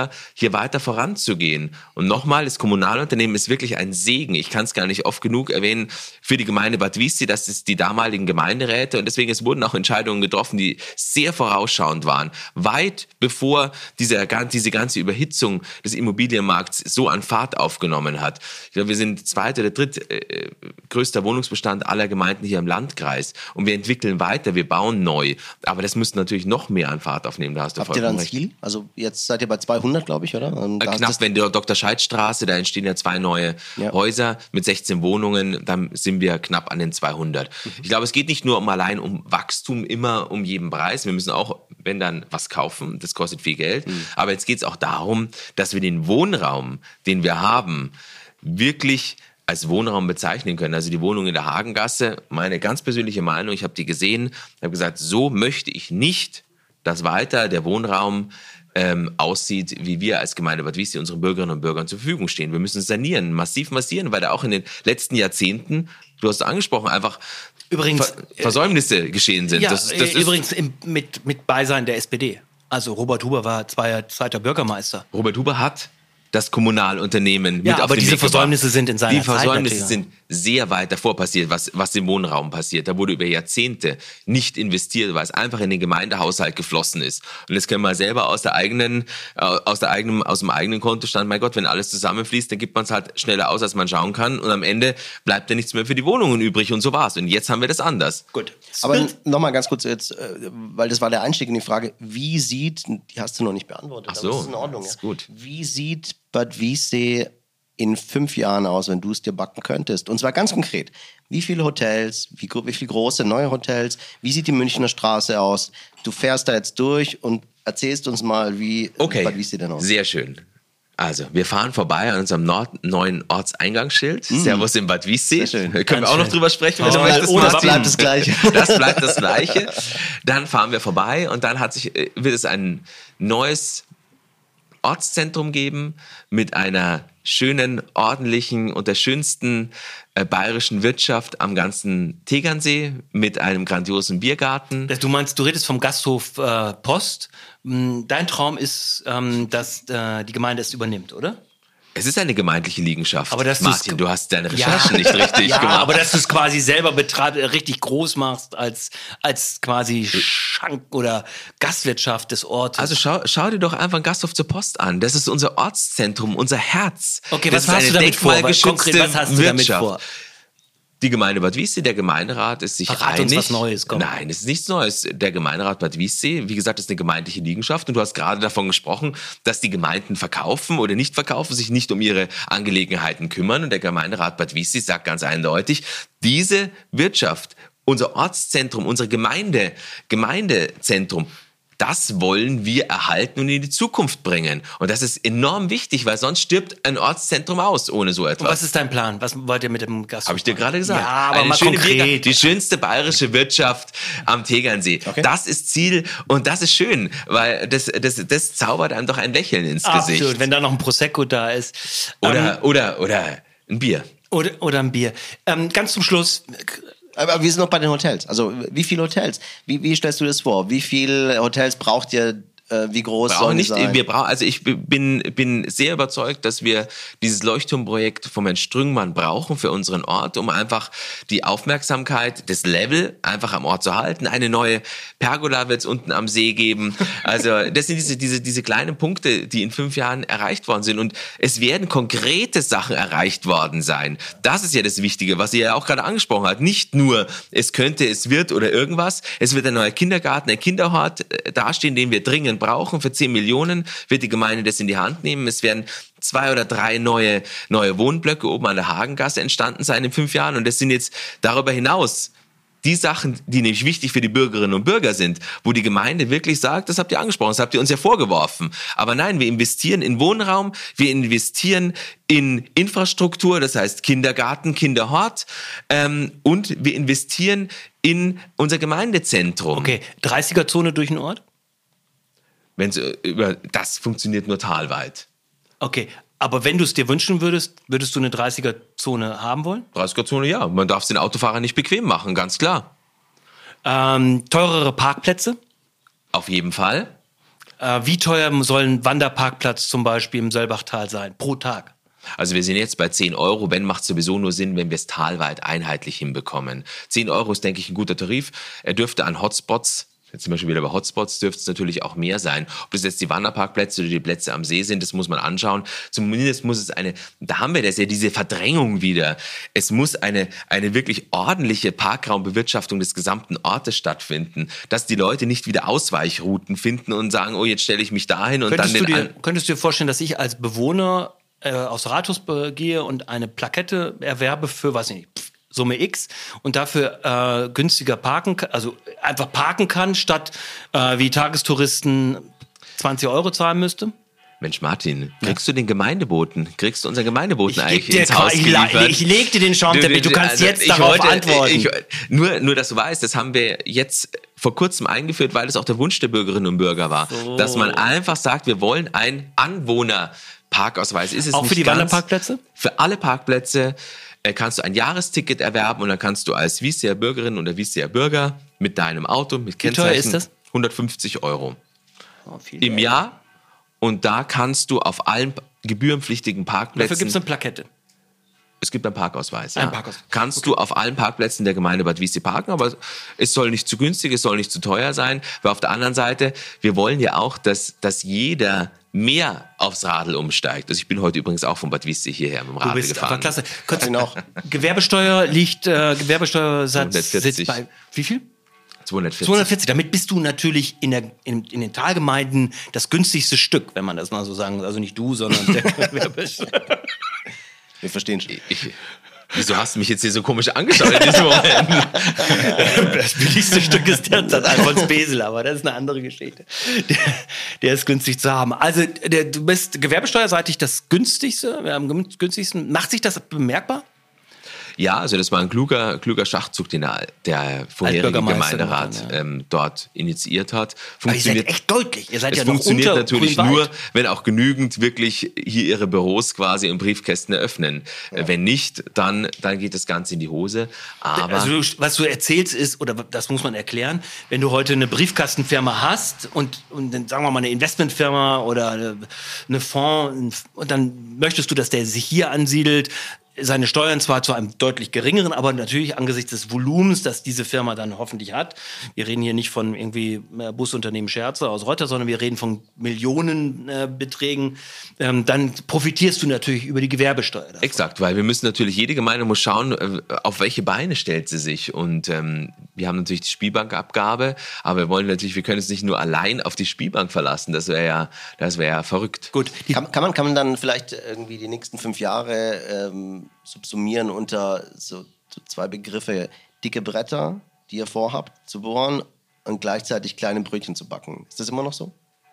Bürger, hier weiter voranzugehen. Und nochmal, das Kommunalunternehmen ist wirklich ein Segen. Ich kann es gar nicht oft genug erwähnen für die Gemeinde Bad Wiessee. Das ist die damaligen Gemeinderäte. Und deswegen, es wurden auch Entscheidungen getroffen, die sehr vorausschauend waren. Weit bevor diese ganze Überhitzung des Immobilienmarkts so an Fahrt aufgenommen hat. Ich glaube, wir sind zweit- oder drittgrößter Wohnungsbestand aller Gemeinden hier im Landkreis. Und wir entwickeln weiter, wir bauen neu. Aber das müsste natürlich noch mehr an Fahrt aufnehmen. Da hast du Habt ihr da ein Ziel? Also jetzt seid ihr bei 200, glaube ich, oder? Knapp, wenn die Dr.-Scheidt-Straße, da entstehen ja 2 neue Häuser mit 16 Wohnungen, dann sind wir knapp an den 200. Ich glaube, es geht nicht nur allein um Wachstum, immer um jeden Preis. Wir müssen auch, wenn dann, was kaufen. Das kostet viel Geld. Aber jetzt geht es auch darum, dass wir den Wohnraum, den wir haben, wirklich als Wohnraum bezeichnen können. Also die Wohnung in der Hagengasse, meine ganz persönliche Meinung, ich habe die gesehen, habe gesagt, so möchte ich nicht, dass weiter der Wohnraum aussieht, wie wir als Gemeinde Bad Wiessee unseren Bürgerinnen und Bürgern zur Verfügung stehen. Wir müssen sanieren, massiv massieren, weil da auch in den letzten Jahrzehnten, du hast es angesprochen, einfach Versäumnisse geschehen sind. Ja, das übrigens mit Beisein der SPD. Also Robert Huber war zweiter Bürgermeister. Robert Huber hat das Kommunalunternehmen mit auf aber den diese Weg Versäumnisse sind in seiner Zeit. Die Versäumnisse sind sehr weit davor passiert, was im Wohnraum passiert. Da wurde über Jahrzehnte nicht investiert, weil es einfach in den Gemeindehaushalt geflossen ist. Und das können wir selber aus dem eigenen Kontostand, mein Gott, wenn alles zusammenfließt, dann gibt man es halt schneller aus, als man schauen kann. Und am Ende bleibt ja nichts mehr für die Wohnungen übrig und so war's. Und jetzt haben wir das anders. Gut. Aber nochmal ganz kurz jetzt, weil das war der Einstieg in die Frage, die hast du noch nicht beantwortet. Ach so, aber das ist in Ordnung. ist gut. Wie sieht Bad Wiessee in 5 Jahren aus, wenn du es dir backen könntest? Und zwar ganz konkret. Wie viele Hotels, wie viele große neue Hotels, wie sieht die Münchner Straße aus? Du fährst da jetzt durch und erzählst uns mal, wie Bad Wiessee denn aussieht. Sehr schön. Also, wir fahren vorbei an unserem neuen Ortseingangsschild. Servus in Bad Wiessee. Können wir auch noch drüber sprechen, wenn du möchtest. Das bleibt das Gleiche. Das bleibt das Gleiche. Dann fahren wir vorbei und dann wird es ein neues Ortszentrum geben mit einer schönen, ordentlichen und der schönsten bayerischen Wirtschaft am ganzen Tegernsee mit einem grandiosen Biergarten. Du meinst, du redest vom Gasthof Post. Dein Traum ist, dass die Gemeinde es übernimmt, oder? Es ist eine gemeindliche Liegenschaft. Aber Martin, du hast deine Recherchen nicht richtig gemacht. Aber dass du es quasi selber richtig groß machst als quasi Schank- oder Gastwirtschaft des Ortes. Also schau dir doch einfach einen Gasthof zur Post an. Das ist unser Ortszentrum, unser Herz. Okay, was hast du damit vor? Konkret, was hast du damit vor? Die Gemeinde Bad Wiessee, der Gemeinderat ist sich einig. Uns was Neues, komm. Nein, es ist nichts Neues. Der Gemeinderat Bad Wiessee, wie gesagt, ist eine gemeindliche Liegenschaft. Und du hast gerade davon gesprochen, dass die Gemeinden verkaufen oder nicht verkaufen, sich nicht um ihre Angelegenheiten kümmern. Und der Gemeinderat Bad Wiessee sagt ganz eindeutig, diese Wirtschaft, unser Ortszentrum, unser Gemeindezentrum, das wollen wir erhalten und in die Zukunft bringen. Und das ist enorm wichtig, weil sonst stirbt ein Ortszentrum aus ohne so etwas. Und was ist dein Plan? Was wollt ihr mit dem Gasthof? Habe ich dir gerade gesagt. Ja, aber mal konkret. Die schönste bayerische Wirtschaft am Tegernsee. Okay. Das ist Ziel und das ist schön, weil das zaubert einem doch ein Lächeln ins Gesicht. Absolut, wenn da noch ein Prosecco da ist. Oder ein Bier. Oder ein Bier. Ganz zum Schluss... Aber wir sind noch bei den Hotels. Also wie viele Hotels? Wie stellst du das vor? Wie viele Hotels braucht ihr? Wie groß sollen die sein? Ich bin sehr überzeugt, dass wir dieses Leuchtturmprojekt vom Herrn Strüngmann brauchen für unseren Ort, um einfach die Aufmerksamkeit, das Level einfach am Ort zu halten. Eine neue Pergola wird es unten am See geben. Also das sind diese kleinen Punkte, die in 5 Jahren erreicht worden sind. Und es werden konkrete Sachen erreicht worden sein. Das ist ja das Wichtige, was ihr ja auch gerade angesprochen habt. Nicht nur, es könnte, es wird oder irgendwas. Es wird ein neuer Kindergarten, ein Kinderhort dastehen, den wir dringend brauchen. Für 10 Millionen wird die Gemeinde das in die Hand nehmen. Es werden 2 oder 3 neue Wohnblöcke oben an der Hagengasse entstanden sein in 5 Jahren. Und das sind jetzt darüber hinaus die Sachen, die nämlich wichtig für die Bürgerinnen und Bürger sind, wo die Gemeinde wirklich sagt, das habt ihr angesprochen, das habt ihr uns ja vorgeworfen. Aber nein, wir investieren in Wohnraum, wir investieren in Infrastruktur, das heißt Kindergarten, Kinderhort, und wir investieren in unser Gemeindezentrum. Okay, 30er-Zone durch den Ort? Das funktioniert nur talweit. Okay, aber wenn du es dir wünschen würdest du eine 30er-Zone haben wollen? 30er-Zone, ja. Man darf es den Autofahrern nicht bequem machen, ganz klar. Teurere Parkplätze? Auf jeden Fall. Wie teuer soll ein Wanderparkplatz zum Beispiel im Söllbachtal sein pro Tag? Also wir sind jetzt bei 10 Euro. Wenn, macht sowieso nur Sinn, wenn wir es talweit einheitlich hinbekommen. 10 Euro ist, denke ich, ein guter Tarif. Er dürfte an Hotspots, jetzt sind wir schon wieder bei Hotspots, dürfte es natürlich auch mehr sein. Ob das jetzt die Wanderparkplätze oder die Plätze am See sind, das muss man anschauen. Zumindest muss es da haben wir das ja, diese Verdrängung wieder. Es muss eine wirklich ordentliche Parkraumbewirtschaftung des gesamten Ortes stattfinden, dass die Leute nicht wieder Ausweichrouten finden und sagen, oh, jetzt stelle ich mich dahin und könntest du dir vorstellen, dass ich als Bewohner aufs Rathaus gehe und eine Plakette erwerbe für, weiß ich nicht, Summe X und dafür günstiger parken kann, also einfach parken kann, statt wie Tagestouristen 20 Euro zahlen müsste? Mensch, Martin, kriegst du unseren Gemeindeboten eigentlich ins Haus geliefert? Ich leg dir den Schaumteppich, du kannst jetzt darauf antworten. Nur, dass du weißt, das haben wir jetzt vor kurzem eingeführt, weil es auch der Wunsch der Bürgerinnen und Bürger war, dass man einfach sagt, wir wollen einen Anwohnerparkausweis. Ist es auch nicht für die Wanderparkplätze? Für alle Parkplätze kannst du ein Jahresticket erwerben und dann kannst du als Wiesseer Bürgerin oder Wiesseer Bürger mit deinem Auto, mit Kennzeichen, wie teuer ist das? 150 Euro im Jahr. Und da kannst du auf allen gebührenpflichtigen Parkplätzen... Dafür gibt es eine Plakette. Es gibt einen Parkausweis, ja. Ein Parkausweis. Kannst du auf allen Parkplätzen der Gemeinde Bad Wiessee parken, aber es soll nicht zu günstig, es soll nicht zu teuer sein. Weil auf der anderen Seite, wir wollen ja auch, dass jeder mehr aufs Radl umsteigt. Also ich bin heute übrigens auch von Bad Wiessee hierher mit dem Radl gefahren. Klasse. Gewerbesteuersatz sitzt bei wie viel? 240. Damit bist du natürlich in den Talgemeinden das günstigste Stück, wenn man das mal so sagen muss. Also nicht du, sondern der Gewerbesteuer. Wir verstehen schon. Wieso hast du mich jetzt hier so komisch angeschaut in diesem Moment? Das billigste Stück ist derzeit Alfons Besel, aber das ist eine andere Geschichte. Der ist günstig zu haben. Also du bist gewerbesteuerseitig das günstigste, am günstigsten. Macht sich das bemerkbar? Ja, also das war ein kluger Schachzug, den der vorherige Gemeinderat dort initiiert hat. Aber ihr seid echt deutlich. Ihr seid ja noch funktioniert unter natürlich nur, wenn auch genügend wirklich hier ihre Büros quasi und Briefkästen eröffnen. Ja. Wenn nicht, dann geht das Ganze in die Hose. Aber also was du erzählst ist, oder das muss man erklären, wenn du heute eine Briefkastenfirma hast und dann sagen wir mal eine Investmentfirma oder eine Fonds und dann möchtest du, dass der sich hier ansiedelt, seine Steuern zwar zu einem deutlich geringeren, aber natürlich angesichts des Volumens, das diese Firma dann hoffentlich hat. Wir reden hier nicht von irgendwie Busunternehmen Scherze aus Reuter, sondern wir reden von Millionenbeträgen. Dann profitierst du natürlich über die Gewerbesteuer davon. Exakt, weil wir müssen natürlich, jede Gemeinde muss schauen, auf welche Beine stellt sie sich. Und wir haben natürlich die Spielbankabgabe, aber wir können uns nicht nur allein auf die Spielbank verlassen. Das wäre ja verrückt. Gut. Kann man dann vielleicht irgendwie die nächsten 5 Jahre subsumieren unter so 2 Begriffe: dicke Bretter, die ihr vorhabt zu bohren, und gleichzeitig kleine Brötchen zu backen. Ist das immer noch so?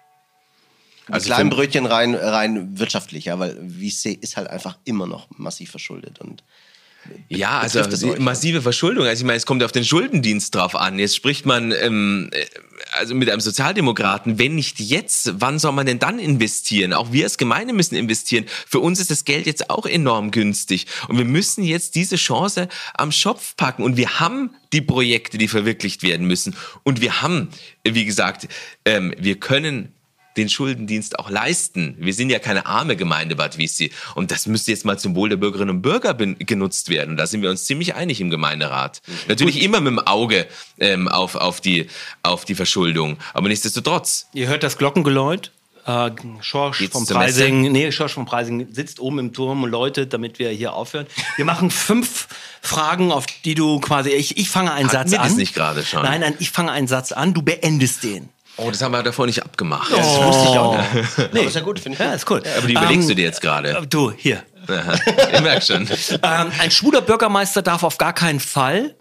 Also kleine Brötchen rein wirtschaftlich, ja, weil Wiessee ist halt einfach immer noch massiv verschuldet und ja, also massive Verschuldung. Also ich meine, es kommt auf den Schuldendienst drauf an. Jetzt spricht man also mit einem Sozialdemokraten, wenn nicht jetzt, wann soll man denn dann investieren? Auch wir als Gemeinde müssen investieren. Für uns ist das Geld jetzt auch enorm günstig. Und wir müssen jetzt diese Chance am Schopf packen. Und wir haben die Projekte, die verwirklicht werden müssen. Und wir haben, wie gesagt, wir können den Schuldendienst auch leisten. Wir sind ja keine arme Gemeinde Bad Wiessee. Und das müsste jetzt mal zum Wohl der Bürgerinnen und Bürger genutzt werden. Und da sind wir uns ziemlich einig im Gemeinderat. Natürlich immer mit dem Auge auf die Verschuldung. Aber nichtsdestotrotz. Ihr hört das Glockengeläut. Schorsch von Preising sitzt oben im Turm und läutet, damit wir hier aufhören. Wir machen 5 Fragen, auf die du quasi... Ich fange einen Satz an. Hatten wir das nicht gerade schon? Nein, ich fange einen Satz an, du beendest den. Oh, das haben wir davor nicht abgemacht. Ja, das wusste ich auch nicht. Nee. Aber ist ja gut, finde ich. Ja, ist cool. Aber die überlegst du dir jetzt gerade. Du, hier. Ich merke schon. Ein schwuler Bürgermeister darf auf gar keinen Fall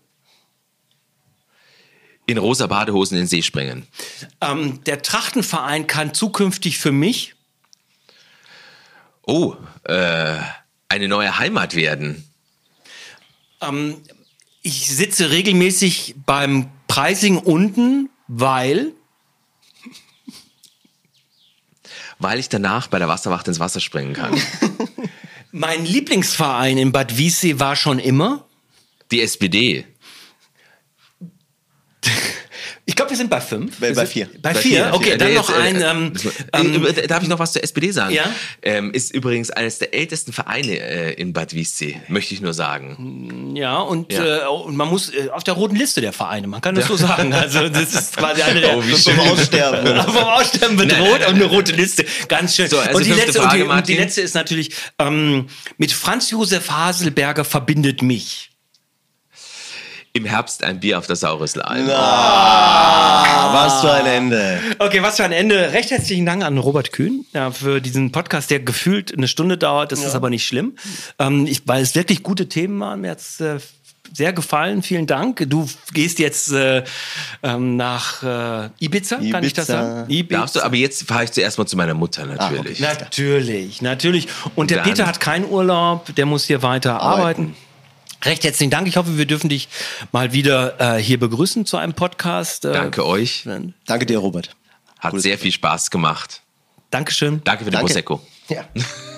in rosa Badehosen in den See springen. Der Trachtenverein kann zukünftig für mich eine neue Heimat werden. Ich sitze regelmäßig beim Preising unten, weil ich danach bei der Wasserwacht ins Wasser springen kann. Mein Lieblingsverein in Bad Wiessee war schon immer die SPD. Ich glaube, wir sind bei 5. Bei 4. Bei 4, okay, dann noch ein... darf ich noch was zur SPD sagen? Ja? Ist übrigens eines der ältesten Vereine in Bad Wiessee, möchte ich nur sagen. Ja, und man muss auf der roten Liste der Vereine, man kann das so sagen. Also das ist quasi eine der... vom Aussterben. Vom Aussterben bedroht und eine rote Liste. Ganz schön. So, also und, die Frage, letzte ist natürlich, mit Franz Josef Haselberger verbindet mich. Im Herbst ein Bier auf der Saurüsselalm. Was für ein Ende. Okay, was für ein Ende. Recht herzlichen Dank an Robert Kühn für diesen Podcast, der gefühlt eine Stunde dauert. Das ist aber nicht schlimm, weil es wirklich gute Themen waren. Mir hat es sehr gefallen. Vielen Dank. Du gehst jetzt nach Ibiza, kann ich das sagen? Ibiza. Darfst du, aber jetzt fahre ich zuerst mal zu meiner Mutter, natürlich. Natürlich. Und der Peter hat keinen Urlaub, der muss hier weiter arbeiten. Recht herzlichen Dank. Ich hoffe, wir dürfen dich mal wieder hier begrüßen zu einem Podcast. Danke euch. Danke dir, Robert. Hat sehr viel Spaß gemacht. Dankeschön. Danke für den Prosecco. Ja.